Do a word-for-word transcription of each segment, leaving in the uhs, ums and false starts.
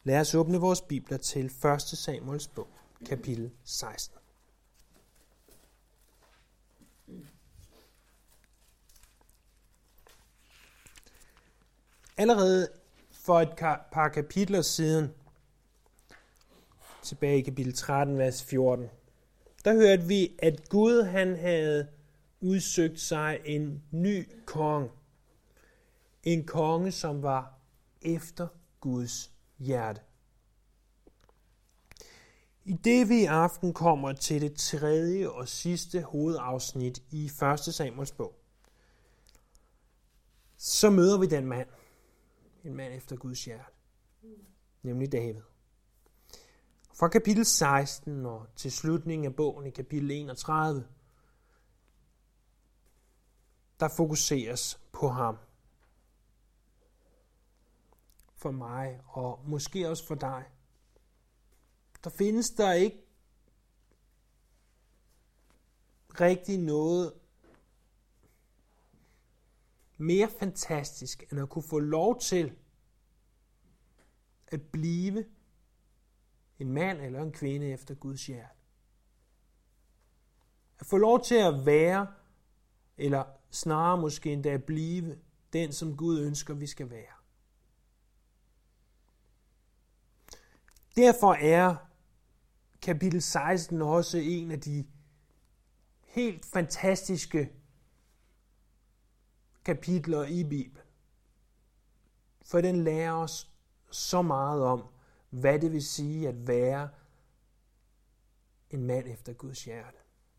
Lad os åbne vores bibler til første Samuels bog, kapitel seksten. Allerede for et par kapitler siden, tilbage i kapitel tretten, vers fjorten, der hørte vi, at Gud han havde udsøgt sig en ny konge. En konge, som var efter Guds hjerte. I det vi i aften kommer til det tredje og sidste hovedafsnit i første Samuels bog, så møder vi den mand, en mand efter Guds hjerte, nemlig David. Fra kapitel seksten og til slutningen af bogen i kapitel enogtredive, der fokuseres på ham. For mig og måske også for dig. Der findes der ikke rigtig noget mere fantastisk, end at kunne få lov til at blive en mand eller en kvinde efter Guds hjerte. At få lov til at være, eller snarere måske endda at blive, den som Gud ønsker, vi skal være. Derfor er kapitel seksten også en af de helt fantastiske kapitler i Bibelen. For den lærer os så meget om, hvad det vil sige at være en mand efter Guds hjerte.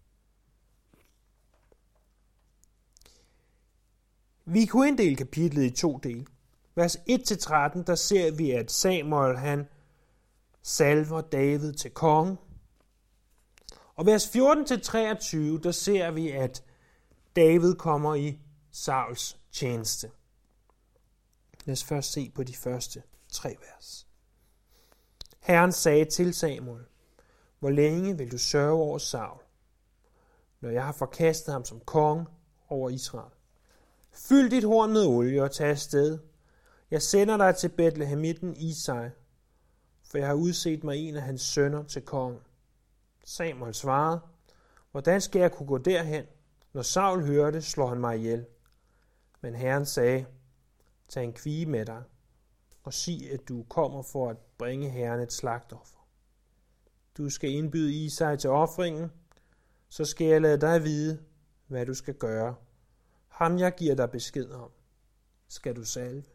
Vi kunne inddele kapitlet i to dele. Vers et til tretten, der ser vi, at Samuel han salver David til konge. Og vers fjorten til treogtyve, der ser vi, at David kommer i Sauls tjeneste. Lad os først se på de første tre vers. Herren sagde til Samuel, hvor længe vil du sørge over Saul, når jeg har forkastet ham som konge over Israel? Fyld dit horn med olie og tag afsted. Jeg sender dig til Bethlehemitten Isai, for jeg har udset mig en af hans sønner til kongen. Samuel svarede, hvordan skal jeg kunne gå derhen? Når Saul hører det, slår han mig ihjel. Men Herren sagde, tag en kvie med dig, og sig, at du kommer for at bringe Herren et slagtoffer. Du skal indbyde Isai til ofringen, så skal jeg lade dig vide, hvad du skal gøre. Ham jeg giver dig besked om, skal du salve.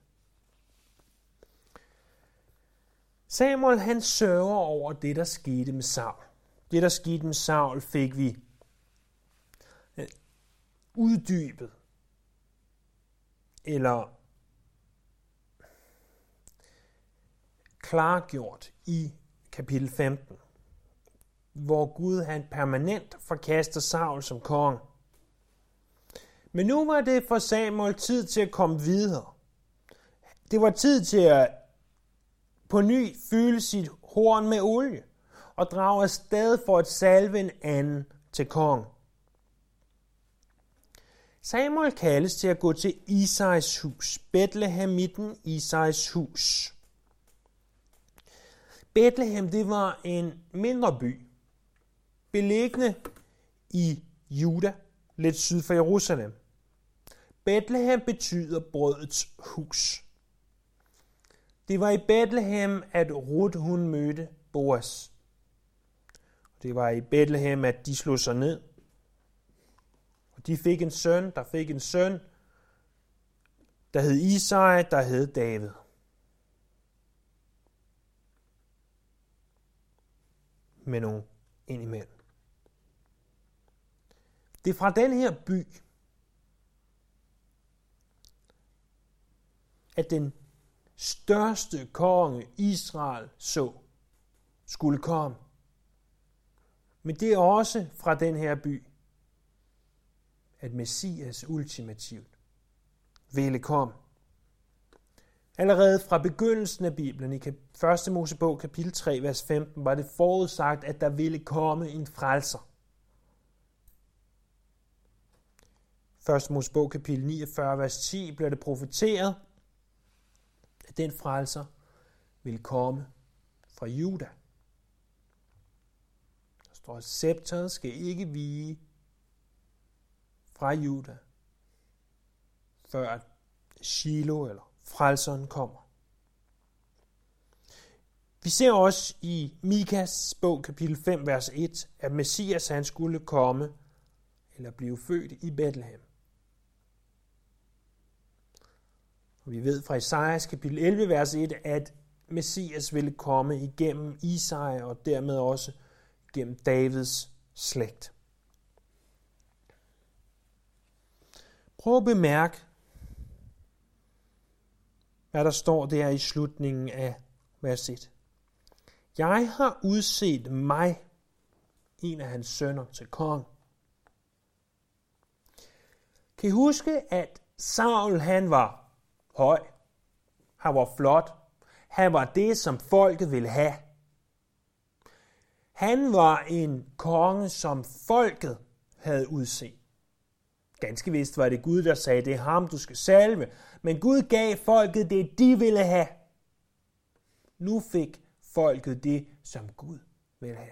Samuel han sørger over det, der skete med Saul. Det, der skete med Saul, fik vi uddybet, eller klargjort i kapitel femten, hvor Gud han permanent forkaster Saul som konge. Men nu var det for Samuel tid til at komme videre. Det var tid til at på ny fylde sit horn med olie og drage afsted for at salve en anden til konge. Samuel kaldes til at gå til Isais hus, Bethlehemitten Isais hus. Bethlehem, det var en mindre by, beliggende i Juda, lidt syd for Jerusalem. Bethlehem betyder brødets hus. Det var i Bethlehem, at Ruth hun mødte Boas. Det var i Bethlehem, at de slog sig ned. Og de fik en søn, der fik en søn, der hed Isai, der hed David. Med nogen indimellem. Det er fra den her by, at den største konge Israel så skulle komme. Men det er også fra den her by, at Messias ultimativt ville komme. Allerede fra begyndelsen af Bibelen i første Mosebog kapitel tre, vers femten, var det forudsagt, at der ville komme en frelser. første Mosebog kapitel niogfyrre, vers ti, bliver det profeteret, at den frelser ville komme fra Juda. Der står, at scepteret skal ikke vige fra Juda, før Shiloh eller frelseren kommer. Vi ser også i Mikas bog, kapitel fem, vers et, at Messias han skulle komme eller blive født i Bethlehem. Og vi ved fra Esajas kapitel elleve, vers et, at Messias ville komme igennem Isai og dermed også gennem Davids slægt. Prøv at bemærke, hvad der står der i slutningen af vers et. Jeg har udset mig, en af hans sønner, til konge. Kan I huske, at Saul han var høj, han var flot, han var det, som folket ville have. Han var en konge, som folket havde udset. Ganske vist var det Gud, der sagde, det er ham, du skal salve. Men Gud gav folket det, de ville have. Nu fik folket det, som Gud ville have.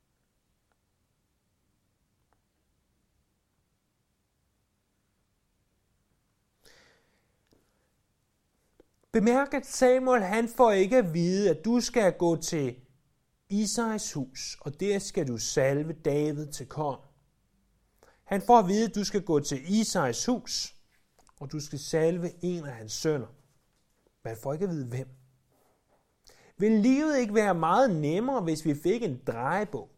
Bemærk, at Samuel han får ikke at vide, at du skal gå til Isais hus, og der skal du salve David til konge. Han får at vide, at du skal gå til Isais hus, og du skal salve en af hans sønner. Men han får ikke at vide, hvem. Vil livet ikke være meget nemmere, hvis vi fik en drejebog?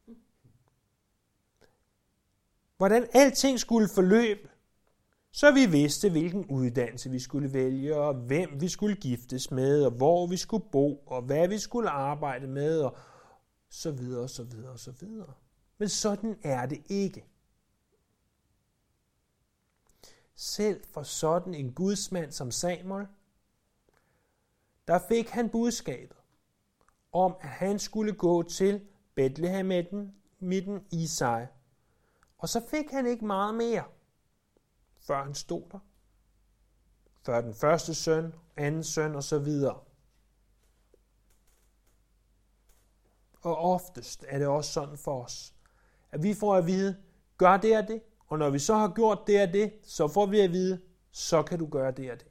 Hvordan alting skulle forløbe, så vi vidste, hvilken uddannelse vi skulle vælge, og hvem vi skulle giftes med, og hvor vi skulle bo, og hvad vi skulle arbejde med, og så videre, og så videre, og så videre. Men sådan er det ikke. Selv for sådan en gudsmand som Samuel, der fik han budskabet om, at han skulle gå til Bethlehem midten Isai. Og så fik han ikke meget mere, før han stod der. Før den første søn, anden søn og så videre. Og oftest er det også sådan for os, at vi får at vide, gør det og det, og når vi så har gjort det og det, så får vi at vide, så kan du gøre det og det.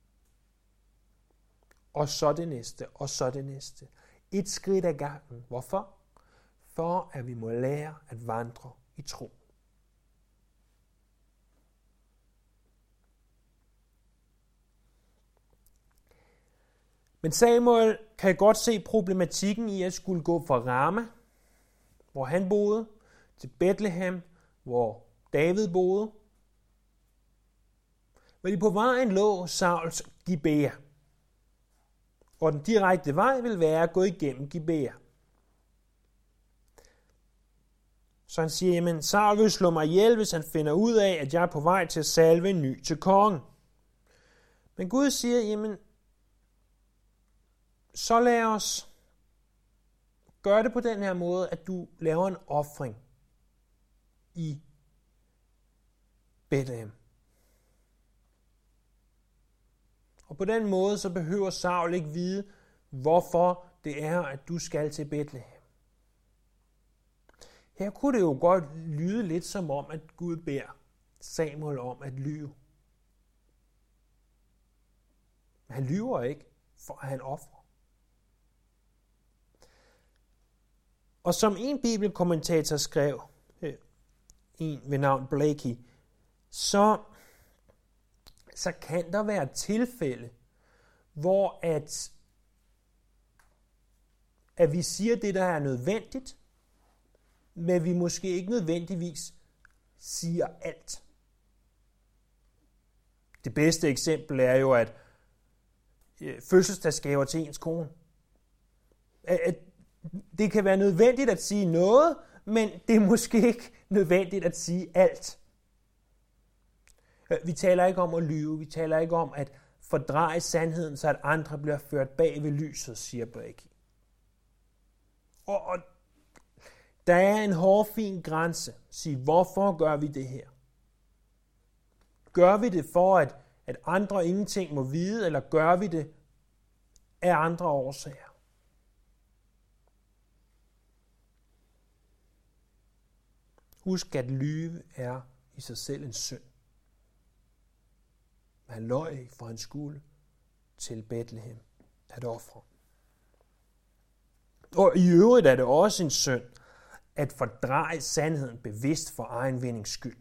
Og så det næste, og så det næste. Et skridt ad gangen. Hvorfor? For at vi må lære at vandre i tro. Men Samuel kan godt se problematikken i at skulle gå fra Rama, hvor han boede, til Bethlehem, hvor David boede. Men på vejen lå Sauls Gibea. Og den direkte vej vil være at gå igennem Gibea. Så han siger, jamen Saul vil slå mig ihjel, hvis han finder ud af, at jeg er på vej til at salve en ny til kongen. Men Gud siger, jamen så lad os gøre det på den her måde, at du laver en ofring i Bethlehem. Og på den måde, så behøver Saul ikke vide, hvorfor det er, at du skal til Bethlehem. Her kunne det jo godt lyde lidt som om, at Gud beder Samuel om at lyve. Men han lyver ikke, for at han ofrer. Og som en bibelkommentator skrev, en ved navn Blakey, så, så kan der være tilfælde, hvor at, at vi siger det, der er nødvendigt, men vi måske ikke nødvendigvis siger alt. Det bedste eksempel er jo, at fødselsdagsgaver til ens kone. At det kan være nødvendigt at sige noget, men det er måske ikke nødvendigt at sige alt. Vi taler ikke om at lyve, vi taler ikke om at fordreje sandheden, så at andre bliver ført bag ved lyset, siger Blakey. Og, og der er en hårfin grænse. Sig, hvorfor gør vi det her? Gør vi det for, at, at andre ingenting må vide, eller gør vi det af andre årsager? Husk, at lyve er i sig selv en synd. Han løj ikke, for han skulle til Betlehem at ofre. Og i øvrigt er det også en synd at fordreje sandheden bevidst for egen vindings skyld.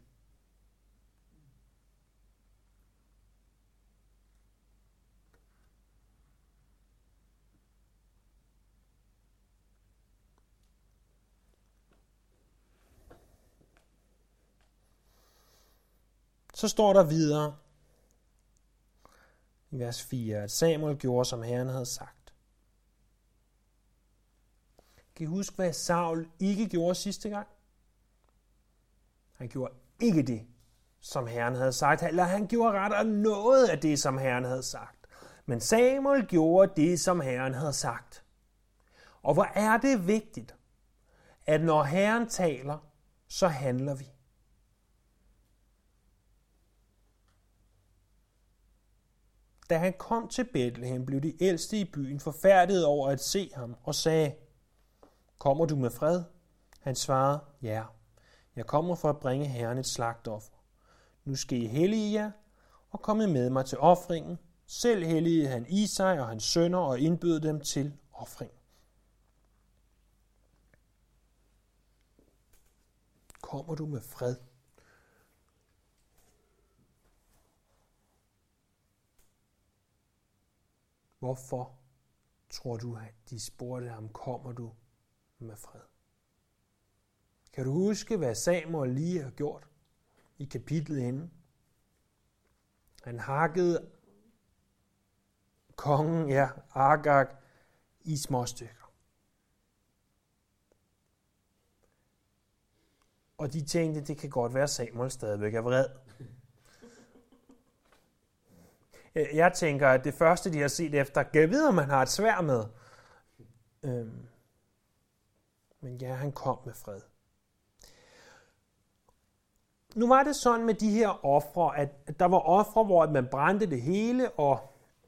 Så står der videre i vers fire, at Samuel gjorde, som Herren havde sagt. Kan I huske, hvad Saul ikke gjorde sidste gang? Han gjorde ikke det, som Herren havde sagt, eller han gjorde ret af noget af det, som Herren havde sagt. Men Samuel gjorde det, som Herren havde sagt. Og hvor er det vigtigt, at når Herren taler, så handler vi. Da han kom til Betlehem, blev de ældste i byen forfærdet over at se ham og sagde, kommer du med fred? Han svarede, ja, jeg kommer for at bringe Herren et slagtoffer. Nu skal I hellige jer og komme med mig til ofringen. Selv helligede han Isai og hans sønner og indbød dem til ofring. Kommer du med fred? Hvorfor tror du, at de spurgte ham, kommer du med fred? Kan du huske, hvad Samuel lige har gjort i kapitlet inden? Han hakkede kongen, ja, Agag, i små stykker. Og de tænkte, det kan godt være, at Samuel stadigvæk er vred. Jeg tænker, at det første, de har set efter, kan jeg vide, om man har et sværd med. Øhm. Men ja, han kom med fred. Nu var det sådan med de her ofre, at der var ofre, hvor man brændte det hele, og,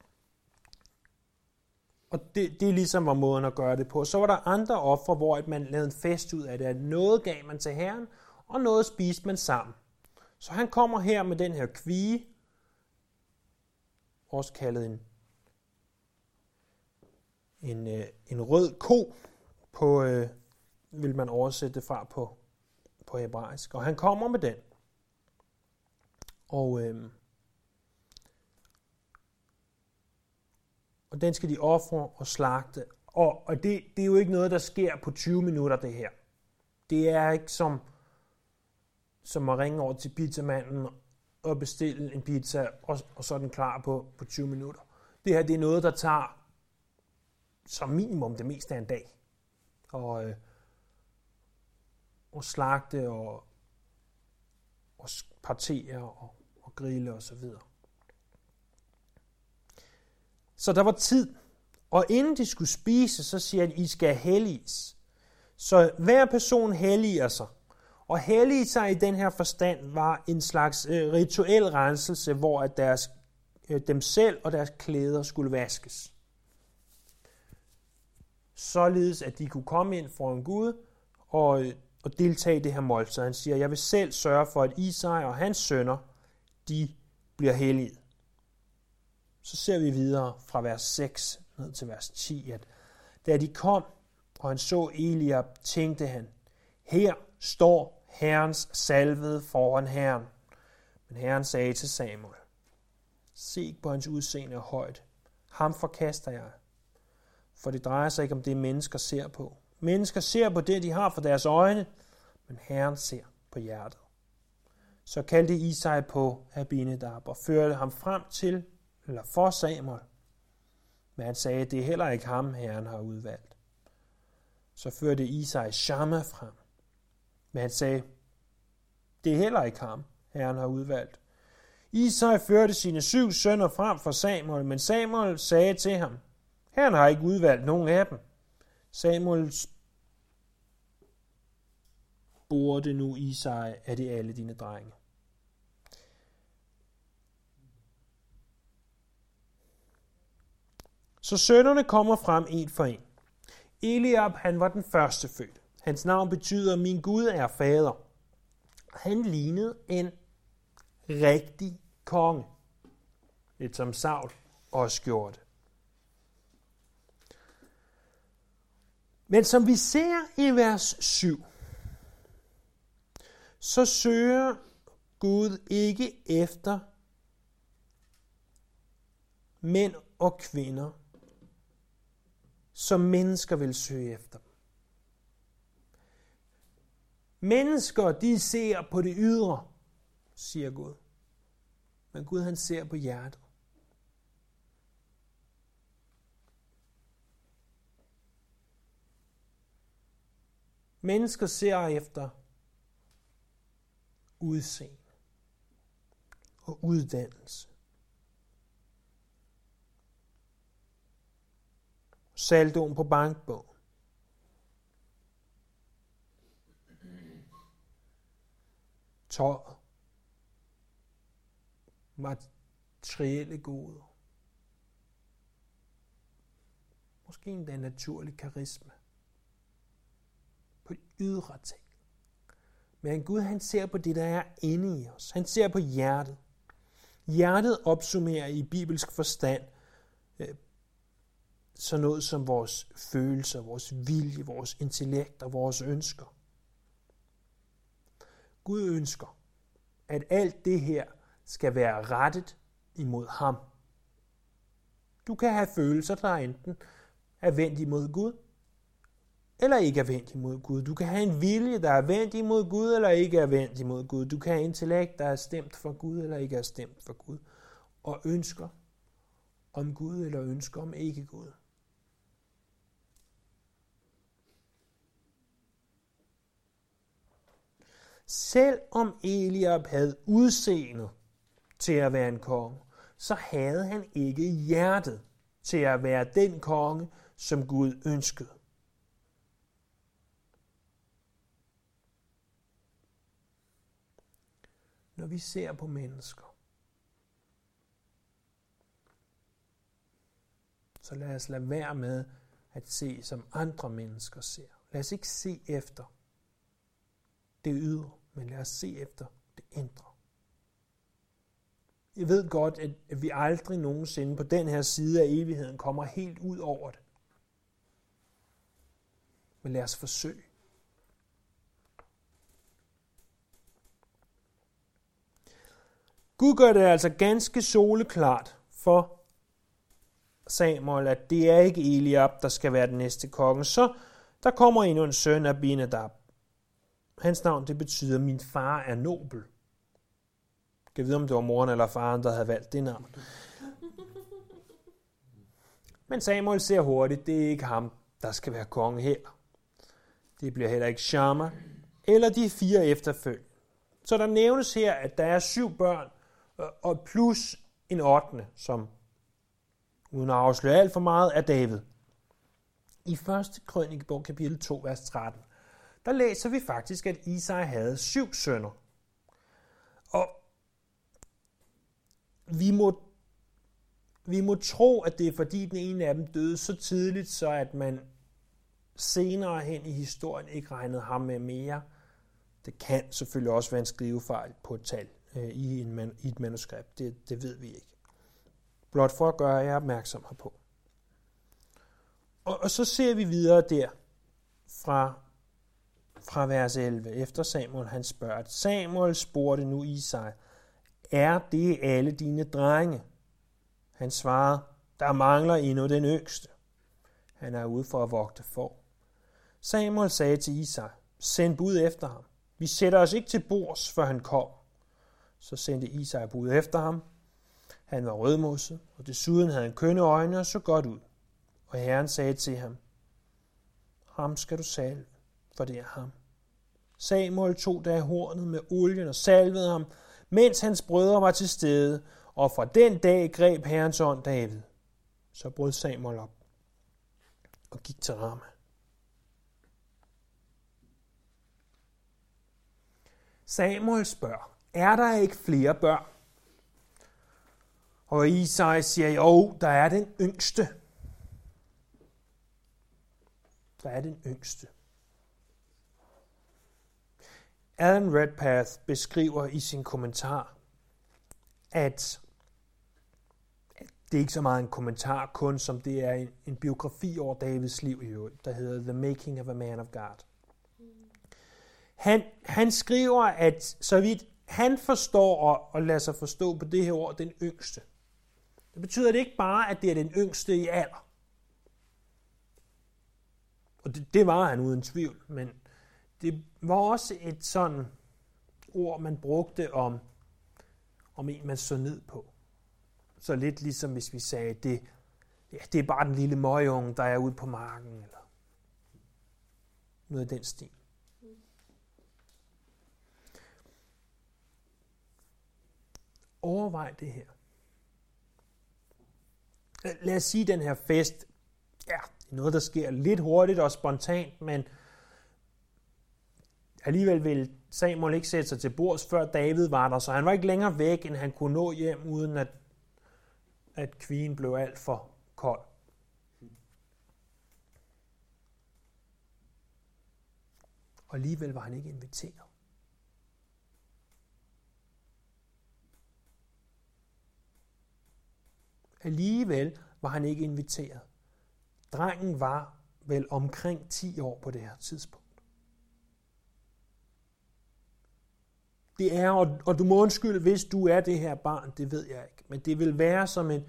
og det, det ligesom var måden at gøre det på. Så var der andre ofre, hvor man lavede en fest ud af det, at noget gav man til Herren, og noget spiste man sammen. Så han kommer her med den her kvie, også kaldet en, en, øh, en rød ko, på, øh, vil man oversætte det fra på, på hebraisk. Og han kommer med den. Og, øh, og den skal de ofre og slagte. Og, og det, det er jo ikke noget, der sker på tyve minutter, det her. Det er ikke som, som at ringe over til pizzamanden og bestille en pizza, og, og så er den klar på, på tyve minutter. Det her, det er noget, der tager som minimum det meste af en dag. Og, øh, og slagte og, og partere og, og grille og så videre. Så der var tid, og inden de skulle spise, så siger han, at I skal helliges. Så hver person helliger sig. Og hellige sig i den her forstand var en slags øh, rituel renselse, hvor at deres, øh, dem selv og deres klæder skulle vaskes. Således at de kunne komme ind foran Gud og, og deltage i det her måltid. Han siger, jeg vil selv sørge for, at Isai og hans sønner, de bliver hellige. Så ser vi videre fra vers seks ned til vers ti, at da de kom, og han så Eliab, tænkte han, her står Herrens salvede foran Herren. Men Herren sagde til Samuel, se ikke på hans udseende og højde. Ham forkaster jeg. For det drejer sig ikke om det, mennesker ser på. Mennesker ser på det, de har for deres øjne, men Herren ser på hjertet. Så kaldte Isai på Abinadab og førte ham frem til, eller for Samuel. Men han sagde, det er heller ikke ham, Herren har udvalgt. Så førte Isai Shamma frem. Men han sagde, det er heller ikke ham, Herren har udvalgt. Isai førte sine syv sønner frem for Samuel, men Samuel sagde til ham, Herren har ikke udvalgt nogen af dem. Samuel spurgte nu Isai, er det alle dine drenge? Så sønnerne kommer frem en for en. Eliab, han var den første fødte. Hans navn betyder, min Gud er fader. Han lignede en rigtig konge. Lidt som Saul også gjorde det. Men som vi ser i vers syv, så søger Gud ikke efter mænd og kvinder, som mennesker vil søge efter. Mennesker, de ser på det ydre, siger Gud. Men Gud, han ser på hjertet. Mennesker ser efter udseende og uddannelse. Saldoen på bankbogen. Tøjet. Materielle goder. Måske endda naturlig karisma. På ydre ting. Men Gud, han ser på det, der er inde i os. Han ser på hjertet. Hjertet opsummerer i bibelsk forstand øh, sådan noget som vores følelser, vores vilje, vores intellekt og vores ønsker. Gud ønsker, at alt det her skal være rettet imod ham. Du kan have følelser, der enten er vendt imod Gud, eller ikke er vendt imod Gud. Du kan have en vilje, der er vendt imod Gud, eller ikke er vendt imod Gud. Du kan have intellekt, der er stemt for Gud, eller ikke er stemt for Gud. Og ønsker om Gud, eller ønsker om ikke Gud. Selv om Eliab havde udseendet til at være en konge, så havde han ikke hjertet til at være den konge, som Gud ønskede. Når vi ser på mennesker, så lad os lade være med at se, som andre mennesker ser. Lad os ikke se efter det ydre, men lad os se efter det indre. Jeg ved godt, at vi aldrig nogensinde på den her side af evigheden kommer helt ud over det. Men lad os forsøge. Gud gør det altså ganske soleklart for Samuel, at det er ikke Eliab, der skal være den næste konge. Så der kommer endnu en søn af Abinadab. Hans navn, det betyder, min far er nobel. Jeg kan vide, om det var moren eller faren, der havde valgt det navn. Men Samuel ser hurtigt, det er ikke ham, der skal være konge her. Det bliver heller ikke Shammah eller de fire efterfølgende. Så der nævnes her, at der er syv børn, og plus en ottende, som uden at afsløre alt for meget, er David. I første krønikebog, kapitel to, vers tretten, der læser vi faktisk, at Isai havde syv sønner. Og vi må, vi må tro, at det er fordi den ene af dem døde så tidligt, så at man senere hen i historien ikke regnede ham med mere. Det kan selvfølgelig også være en skrivefejl på et tal øh, i, en man, i et manuskript. Det, det ved vi ikke. Blot for at gøre jer opmærksom herpå. Og, og så ser vi videre der fra, fra vers elleve. Efter Samuel han spørger, at Samuel spurgte nu Isai, er det alle dine drenge? Han svarede, der mangler endnu den yngste. Han er ude for at vogte får. Samuel sagde til Isai, send bud efter ham. Vi sætter os ikke til bords, før han kom. Så sendte Isai bud efter ham. Han var rødmosset, og desuden havde han kønne øjne og så godt ud. Og Herren sagde til ham, ham skal du salve, for det er ham. Samuel tog da hornet med olien og salvede ham, mens hans brødre var til stede, og fra den dag greb Herrens ånd David. Så brød Samuel op og gik til Rama. Samuel spørger, er der ikke flere børn? Og Isai siger, jo, der er den yngste. Der er den yngste. Alan Redpath beskriver i sin kommentar, at det er ikke så meget en kommentar kun, som det er en, en biografi over Davids liv i øvrigt, der hedder The Making of a Man of God. Han, han skriver, at så vidt han forstår og, og lader sig forstå på det her ord, den yngste. Det betyder det ikke bare, at det er den yngste i alder. Og det, det var han uden tvivl, men det var også et sådan ord, man brugte om, om en, man så ned på. Så lidt ligesom hvis vi sagde, det, ja, det er bare den lille møgunge, der er ude på marken, eller noget af den stil. Overvej det her. Lad os sige, at den her fest, ja, det er noget, der sker lidt hurtigt og spontant, men alligevel ville Samuel ikke sætte sig til bords, før David var der, så han var ikke længere væk, end han kunne nå hjem, uden at, at kvigen blev alt for kold. Og alligevel var han ikke inviteret. Alligevel var han ikke inviteret. Drengen var vel omkring ti år på det her tidspunkt. Det er, og, og du må undskylde, hvis du er det her barn, det ved jeg ikke, men det vil være som en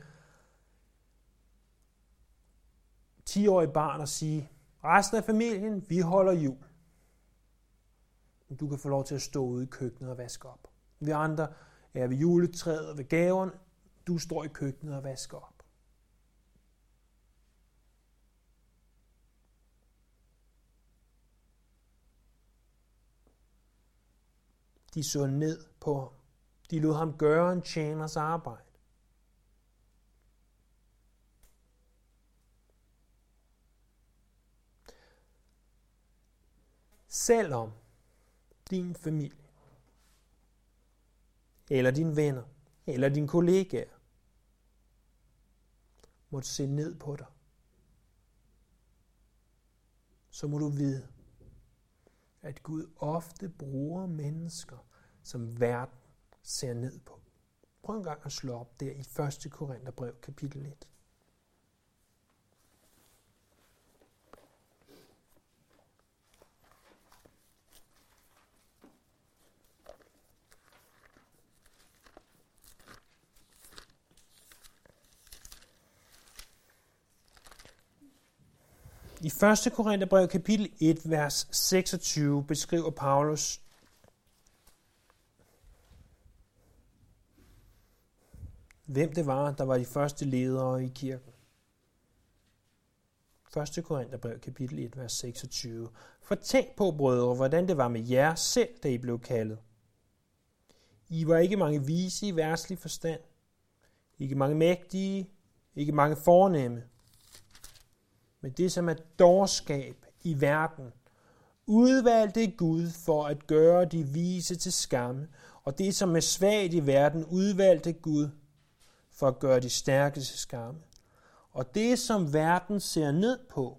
ti-årig barn at sige, resten af familien, vi holder jul. Du kan få lov til at stå ude i køkkenet og vaske op. Vi andre er ved juletræet og ved gaverne. Du står i køkkenet og vasker op. De så ned på ham. De lod ham gøre en tjeners arbejde. Selvom din familie, eller dine venner, eller dine kollegaer, måtte se ned på dig, så må du vide, at Gud ofte bruger mennesker, som verden ser ned på. Prøv en gang at slå op der i første Korintherbrev, kapitel et. I første Korintherbrev kapitel et, vers seksogtyve, beskriver Paulus, hvem det var, der var de første ledere i kirken. første Korintherbrev kapitel et, vers seksogtyve. For tænk på, brødre, hvordan det var med jer selv, da I blev kaldet. I var ikke mange vise i verdslig forstand, ikke mange mægtige, ikke mange fornemme. Men det, som er dårskab i verden, udvalgte Gud for at gøre de vise til skamme, og det, som er svagt i verden, udvalgte Gud for at gøre de stærke til skamme. Og det, som verden ser ned på,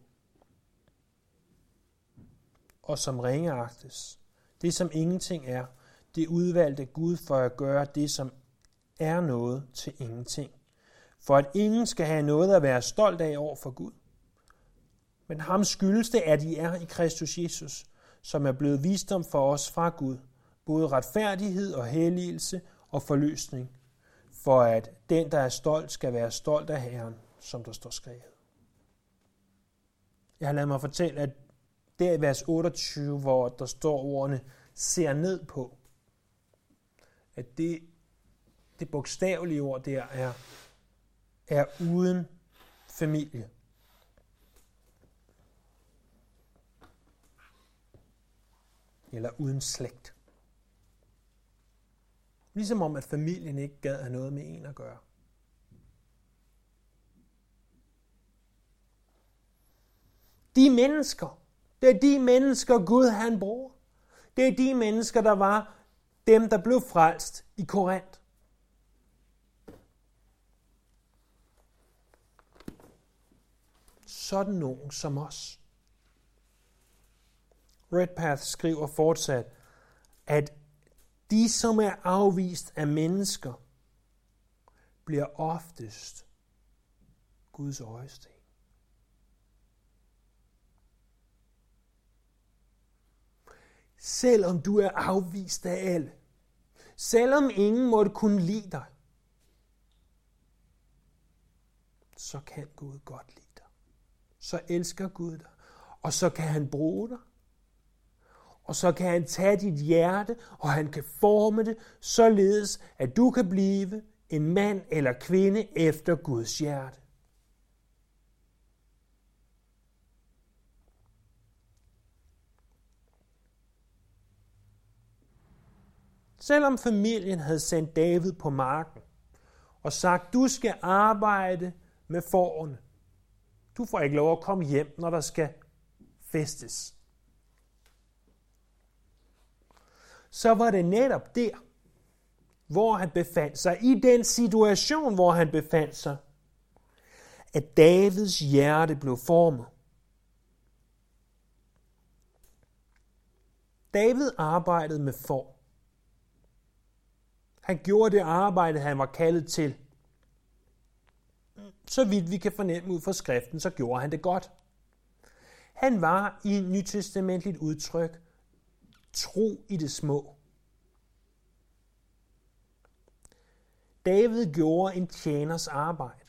og som ringeagtes, det, som ingenting er, det udvalgte Gud for at gøre det, som er noget, til ingenting. For at ingen skal have noget at være stolt af over for Gud. Men ham skyldes det, at I er i Kristus Jesus, som er blevet visdom for os fra Gud, både retfærdighed og helligelse og forløsning, for at den, der er stolt, skal være stolt af Herren, som der står skrevet. Jeg har ladet mig fortælle, at der i vers otteogtyve, hvor der står ordene, ser ned på, at det, det bogstavelige ord der er, er uden familie. Eller uden slægt. Ligesom om, at familien ikke gad have noget med en at gøre. De mennesker, det er de mennesker, Gud han bruger. Det er de mennesker, der var dem, der blev frelst i Korinth. Sådan nogen som os. Redpath skriver fortsat, at de, som er afvist af mennesker, bliver oftest Guds øjesten. Selvom du er afvist af alle, selvom ingen måtte kunne lide dig, så kan Gud godt lide dig. Så elsker Gud dig, og så kan han bruge dig. Og så kan han tage dit hjerte, og han kan forme det, således at du kan blive en mand eller kvinde efter Guds hjerte. Selvom familien havde sendt David på marken og sagt, du skal arbejde med fårene. Du får ikke lov at komme hjem, når der skal festes. Så var det netop der, hvor han befandt sig, i den situation, hvor han befandt sig, at Davids hjerte blev formet. David arbejdede med får. Han gjorde det arbejde, han var kaldet til. Så vidt vi kan fornemme ud fra skriften, så gjorde han det godt. Han var i nytestamentligt udtryk tro i det små. David gjorde en tjeners arbejde.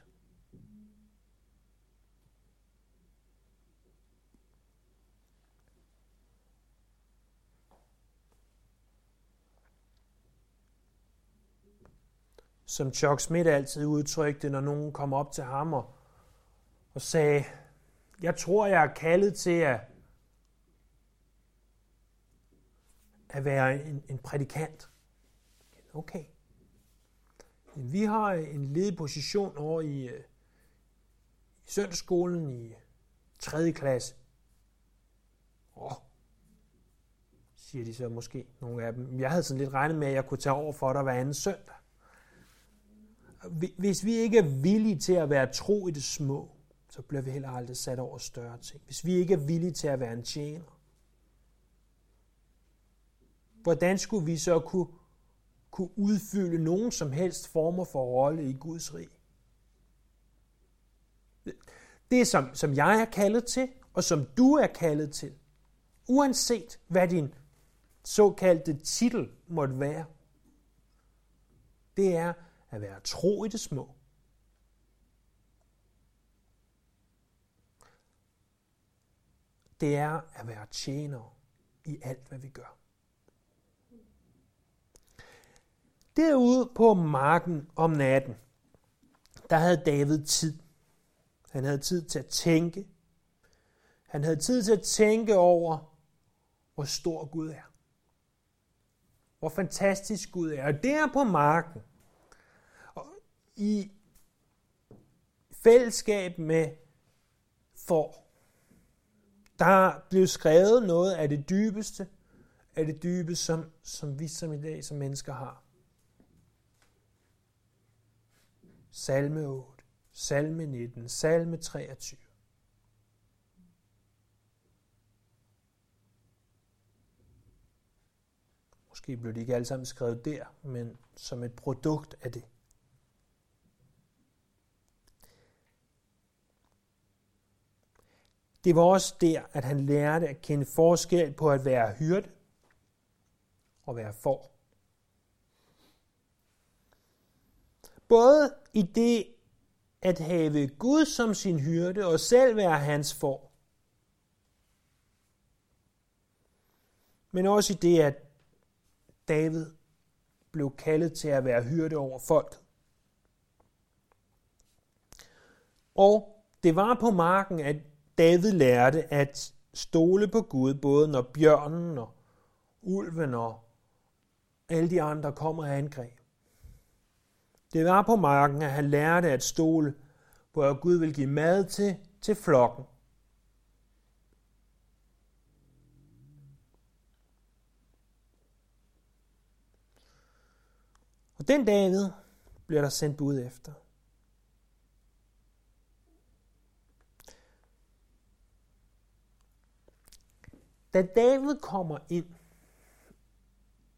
Som Chuck Smith altid udtrykte, når nogen kom op til ham og, og sagde, jeg tror, jeg er kaldet til at, at være en, en prædikant. Okay. Vi har en ledig position over i, i søndagsskolen i tredje klasse. Åh, siger de så måske, nogle af dem. Jeg havde sådan lidt regnet med, at jeg kunne tage over for dig hver anden søndag. Hvis vi ikke er villige til at være tro i det små, så bliver vi heller aldrig sat over større ting. Hvis vi ikke er villige til at være en tjener, hvordan skulle vi så kunne, kunne udfylde nogen som helst former for rolle i Guds rige? Det, som, som jeg er kaldet til, og som du er kaldet til, uanset hvad din såkaldte titel måtte være, det er at være tro i det små. Det er at være tjenere i alt, hvad vi gør. Derude på marken om natten, der havde David tid. Han havde tid til at tænke. Han havde tid til at tænke over, hvor stor Gud er. Hvor fantastisk Gud er. Og der på marken, i fællesskab med får, der blev skrevet noget af det dybeste, af det dybe, som, som vi som i dag som mennesker har. Salme otte, salme nitten, salme treogtyve. Måske blev de ikke alle sammen skrevet der, men som et produkt af det. Det var også der, at han lærte at kende forskel på at være hyrde og være får. Både i det at have Gud som sin hyrde og selv være hans får. Men også i det, at David blev kaldet til at være hyrde over folket. Og det var på marken, at David lærte at stole på Gud, både når bjørnen og ulven og alle de andre kommer af angreb. Det var på marken, at han lærte at stole på, at Gud vil give mad til, til flokken. Og den David bliver der sendt bud efter. Da David kommer ind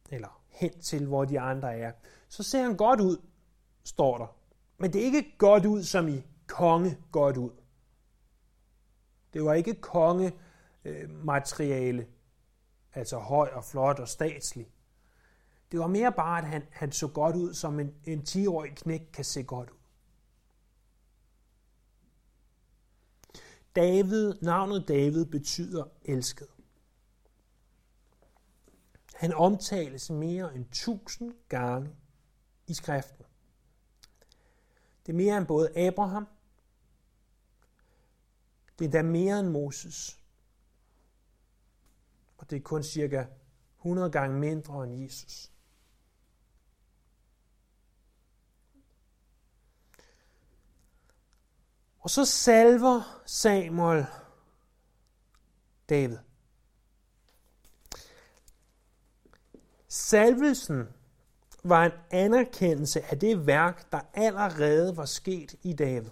eller hen til, hvor de andre er, så ser han godt ud, står der. Men det er ikke godt ud, som i konge godt ud. Det var ikke kongemateriale, altså høj og flot og statslig. Det var mere bare, at han, han så godt ud, som en, en ti-årig knægt kan se godt ud. David, navnet David betyder elsket. Han omtales mere end tusind gange i skriften. Det er mere end både Abraham, det er da mere end Moses, og det er kun cirka hundrede gange mindre end Jesus. Og så salver Samuel David. Salvelsen var en anerkendelse af det værk, der allerede var sket i David.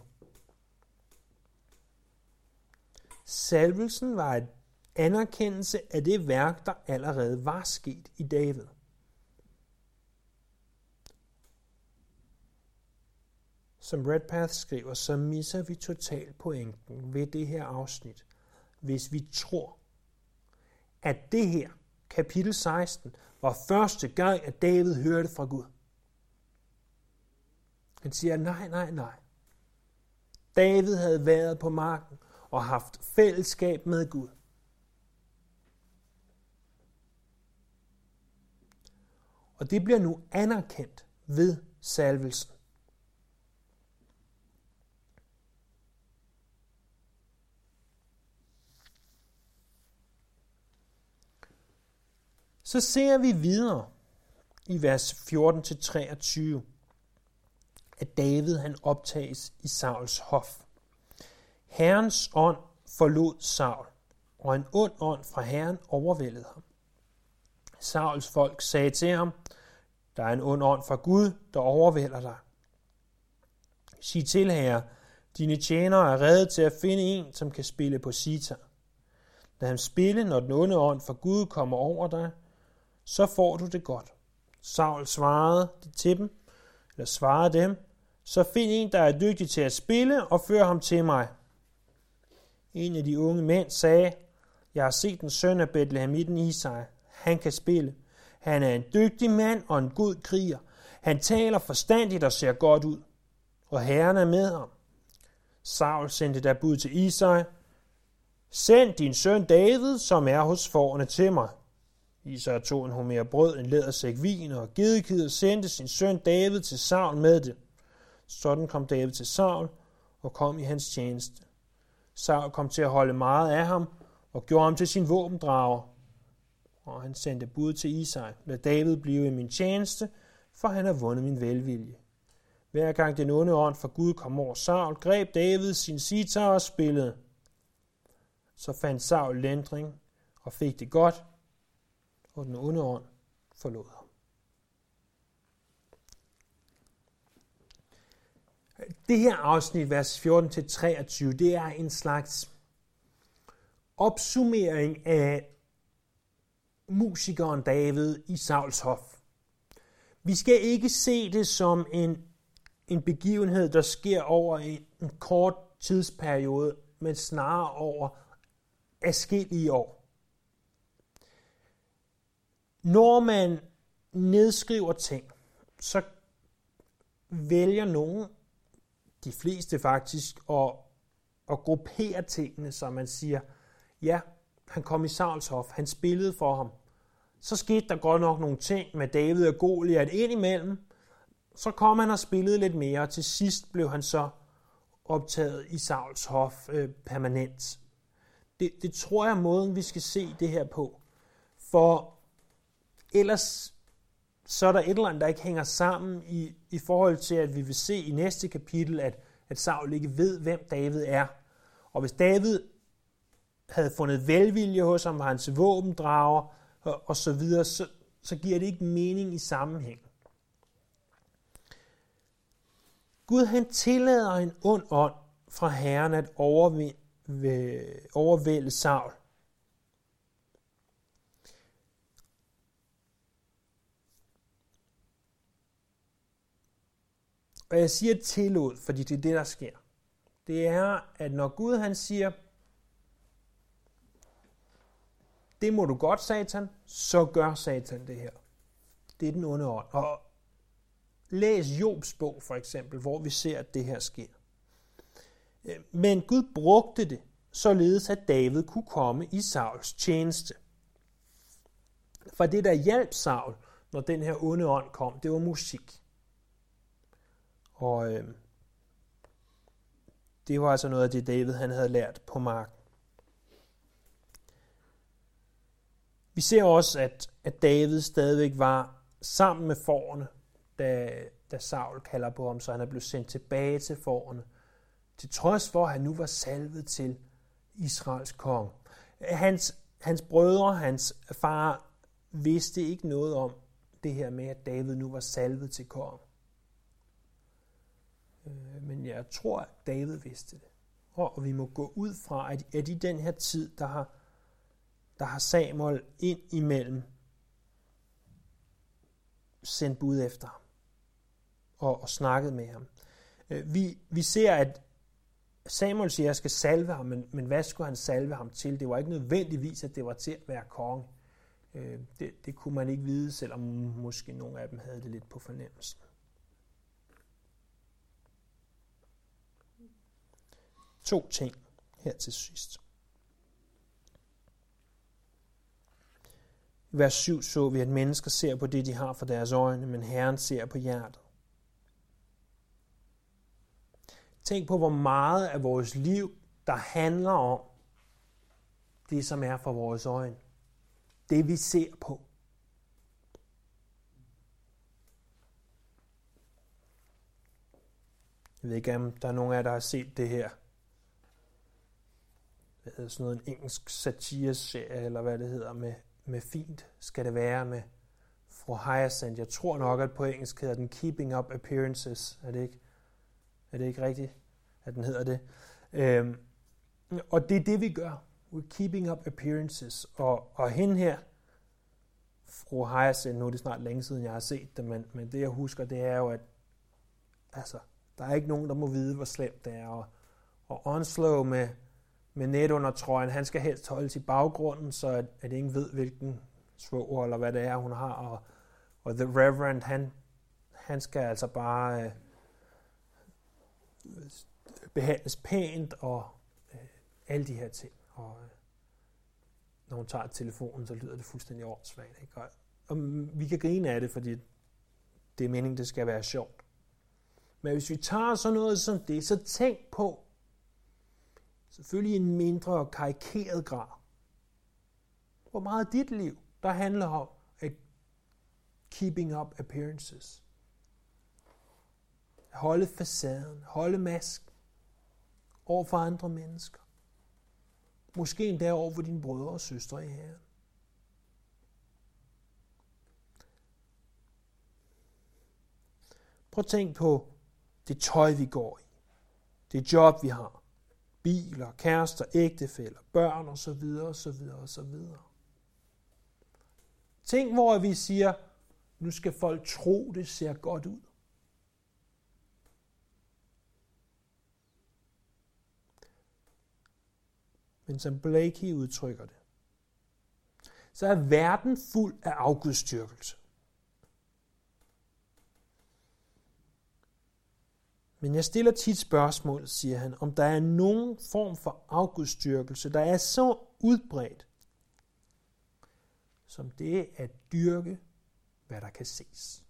Salvelsen var en anerkendelse af det værk, der allerede var sket i David. Som Redpath skriver, så misser vi totalt pointen ved det her afsnit, hvis vi tror, at det her, kapitel seksten, var første gang, at David hørte fra Gud. Han siger, nej, nej, nej. David havde været på marken og haft fællesskab med Gud. Og det bliver nu anerkendt ved salvelsen. Så ser vi videre i vers fjorten til treogtyve, at David han optages i Sauls hof. Herrens ånd forlod Saul, og en ond ånd fra Herren overvældede ham. Sauls folk sagde til ham, der er en ond ånd fra Gud, der overvælder dig. Sig til, herre, dine tjenere er rede til at finde en, som kan spille på sitar. Lad ham spille, når den onde ånd fra Gud kommer over dig, så får du det godt. Saul svarede til dem, eller svarede dem, så find en, der er dygtig til at spille, og før ham til mig. En af de unge mænd sagde, jeg har set en søn af Bethlehemitten Isai. Han kan spille. Han er en dygtig mand og en god kriger. Han taler forstandigt og ser godt ud. Og Herren er med ham. Saul sendte der bud til Isai. Send din søn David, som er hos fårene til mig. Isai tog en homer brød, en lædersæk vin og gedekid og sendte sin søn David til Saul med det. Sådan kom David til Saul og kom i hans tjeneste. Saul kom til at holde meget af ham og gjorde ham til sin våbendrager. Og han sendte bud til Isai. Lad David blive i min tjeneste, for han har vundet min velvilje. Hver gang den onde ånd fra Gud kom over Saul, greb David sin sitar og spillede. Så fandt Saul lindring og fik det godt, og den onde ånd forlod ham. Det her afsnit, vers fjorten til treogtyve, det er en slags opsummering af musikeren David i Sauls hof. Vi skal ikke se det som en, en begivenhed, der sker over en, en kort tidsperiode, men snarere over adskillige år. Når man nedskriver ting, så vælger nogen, de fleste faktisk, at, at gruppere tingene, så man siger, ja, han kom i Sauls hof, han spillede for ham. Så skete der godt nok nogle ting med David og Goliat ind imellem. Så kom han og spillede lidt mere, og til sidst blev han så optaget i Sauls hof øh, permanent. Det, det tror jeg er måden, vi skal se det her på. For ellers så er der et eller andet, der ikke hænger sammen i, i forhold til, at vi vil se i næste kapitel, at, at Saul ikke ved, hvem David er. Og hvis David havde fundet velvilje hos ham, var han til våbendrager og, og så videre, så, så giver det ikke mening i sammenhæng. Gud han tillader en ond ånd fra Herren at overvinde, overvælde Saul. Og jeg siger tillod, fordi det er det, der sker. Det er, at når Gud han siger, det må du godt, Satan, så gør Satan det her. Det er den onde ånd. Og læs Jobs bog for eksempel, hvor vi ser, at det her sker. Men Gud brugte det, således at David kunne komme i Sauls tjeneste. For det, der hjalp Saul, når den her onde ånd kom, det var musik. Og øh, det var altså noget af det, David han havde lært på marken. Vi ser også, at, at David stadigvæk var sammen med fårene, da, da Saul kalder på ham, så han er blevet sendt tilbage til fårene, til trods for, at han nu var salvet til Israels konge. Hans, hans brødre, hans far, vidste ikke noget om det her med, at David nu var salvet til konge. Men jeg tror, at David vidste det. Og vi må gå ud fra, at i den her tid, der har, der har Samuel ind imellem sendt bud efter ham og, og snakket med ham. Vi, vi ser, at Samuel siger, at jeg skal salve ham, men, men hvad skulle han salve ham til? Det var ikke nødvendigvis, at det var til at være konge. Det, det kunne man ikke vide, selvom måske nogle af dem havde det lidt på fornemmelsen. To ting her til sidst. I vers syv så vi, at mennesker ser på det, de har for deres øjne, men Herren ser på hjertet. Tænk på, hvor meget af vores liv, der handler om det, som er for vores øjne. Det, vi ser på. Jeg ved ikke, om der er nogen af jer, der har set det her. Hvad hedder sådan noget, en engelsk satireserie, eller hvad det hedder, med, med fint skal det være med fru Hyacinth. Jeg tror nok, at på engelsk hedder den Keeping Up Appearances. Er det ikke, er det ikke rigtigt, at den hedder det? Øhm, og det er det, vi gør. We're keeping up appearances. Og, og hende her, fru Hyacinth, nu er det snart længe siden, jeg har set det, men, men det jeg husker, det er jo, at altså, der er ikke nogen, der må vide, hvor slemt det er. Og, og Onslow med, med net under trøjen, han skal helst holdes i baggrunden, så at, at ingen ved, hvilken svoger eller hvad det er, hun har. Og, og The Reverend, han, han skal altså bare øh, behandles pænt og øh, alle de her ting. Og øh, når hun tager telefonen, så lyder det fuldstændig åndssvagt. Ikke? Og, og vi kan grine af det, fordi det er meningen, det skal være sjovt. Men hvis vi tager sådan noget som det, så tænk på, selvfølgelig i en mindre og karikeret grad, hvor meget af dit liv, der handler om at keeping up appearances. Holde facaden, holde masken over for andre mennesker. Måske endda over for dine brødre og søstre i Herren. Prøv at tænk på det tøj, vi går i. Det job, vi har. Biler, kærester, ægtefæller, børn osv. osv. osv. Tænk, hvor vi siger, nu skal folk tro, det ser godt ud. Men som Blakey udtrykker det, så er verden fuld af afgudstyrkelse. Men jeg stiller tit spørgsmål, siger han, om der er nogen form for afgudstyrkelse, der er så udbredt, som det at dyrke, hvad der kan ses.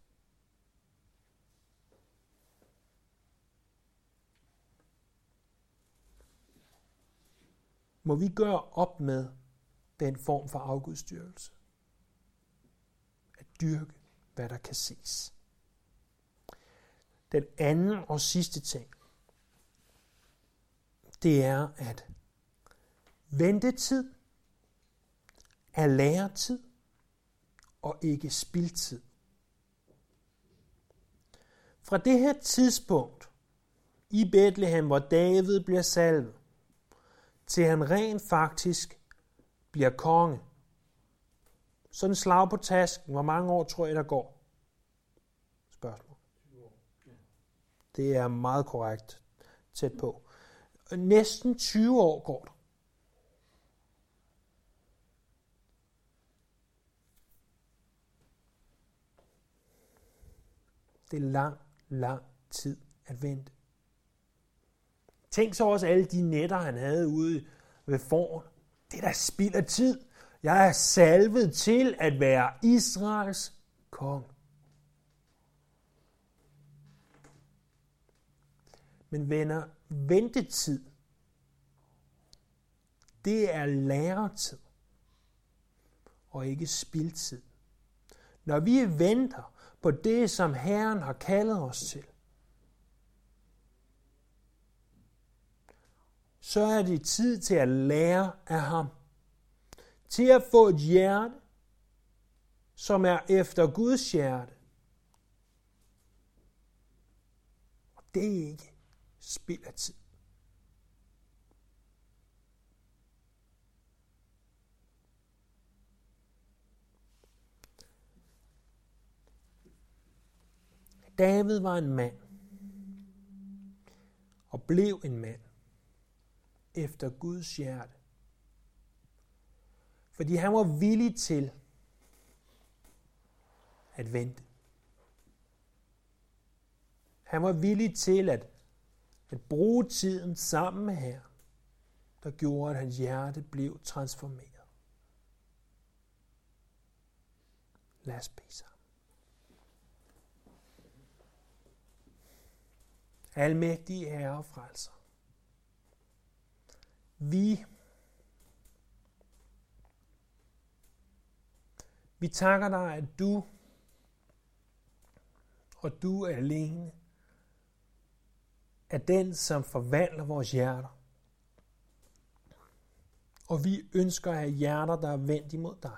Må vi gøre op med den form for afgudstyrkelse. At dyrke, hvad der kan ses. Den anden og sidste ting, det er, at ventetid er læretid og ikke spildtid. Fra det her tidspunkt i Bethlehem, hvor David bliver salvet, til han rent faktisk bliver konge. Sådan en slag på tasken. Hvor mange år tror I, der går? Spørgsmål. Det er meget korrekt tæt på. Næsten tyve år går der. Det er lang, lang tid at vente. Tænk så også alle de nætter, han havde ude ved foran. Det er da spild af tid. Jeg er salvet til at være Israels konge. Men venner, ventetid, det er læretid og ikke spildtid. Når vi venter på det, som Herren har kaldet os til, så er det tid til at lære af ham. Til at få et hjerte, som er efter Guds hjerte. Og det er ikke spild af tid. David var en mand, og blev en mand efter Guds hjerte. Fordi han var villig til at vente. Han var villig til at, at bruge tiden sammen med Herren, der gjorde, at hans hjerte blev transformeret. Lad os bede sammen. Almægtige Herre og Frelser, vi, vi takker dig, at du og du alene er den, som forvandler vores hjerter. Og vi ønsker at have hjerter, der er vendt imod dig.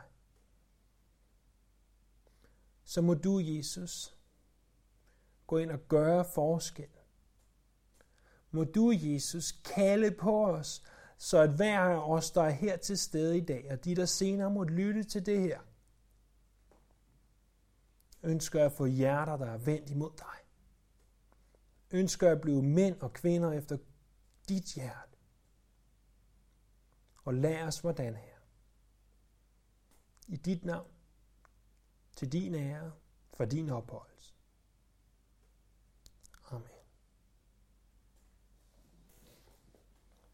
Så må du, Jesus, gå ind og gøre forskel. Må du, Jesus, kalde på os, så at hver af os, der er her til stede i dag, og de, der senere måtte lytte til det her, ønsker at få hjerter, der er vendt imod dig. Ønsker at blive mænd og kvinder efter dit hjerte. Og lær os hvordan her. I dit navn, til din ære, for din opholdelse.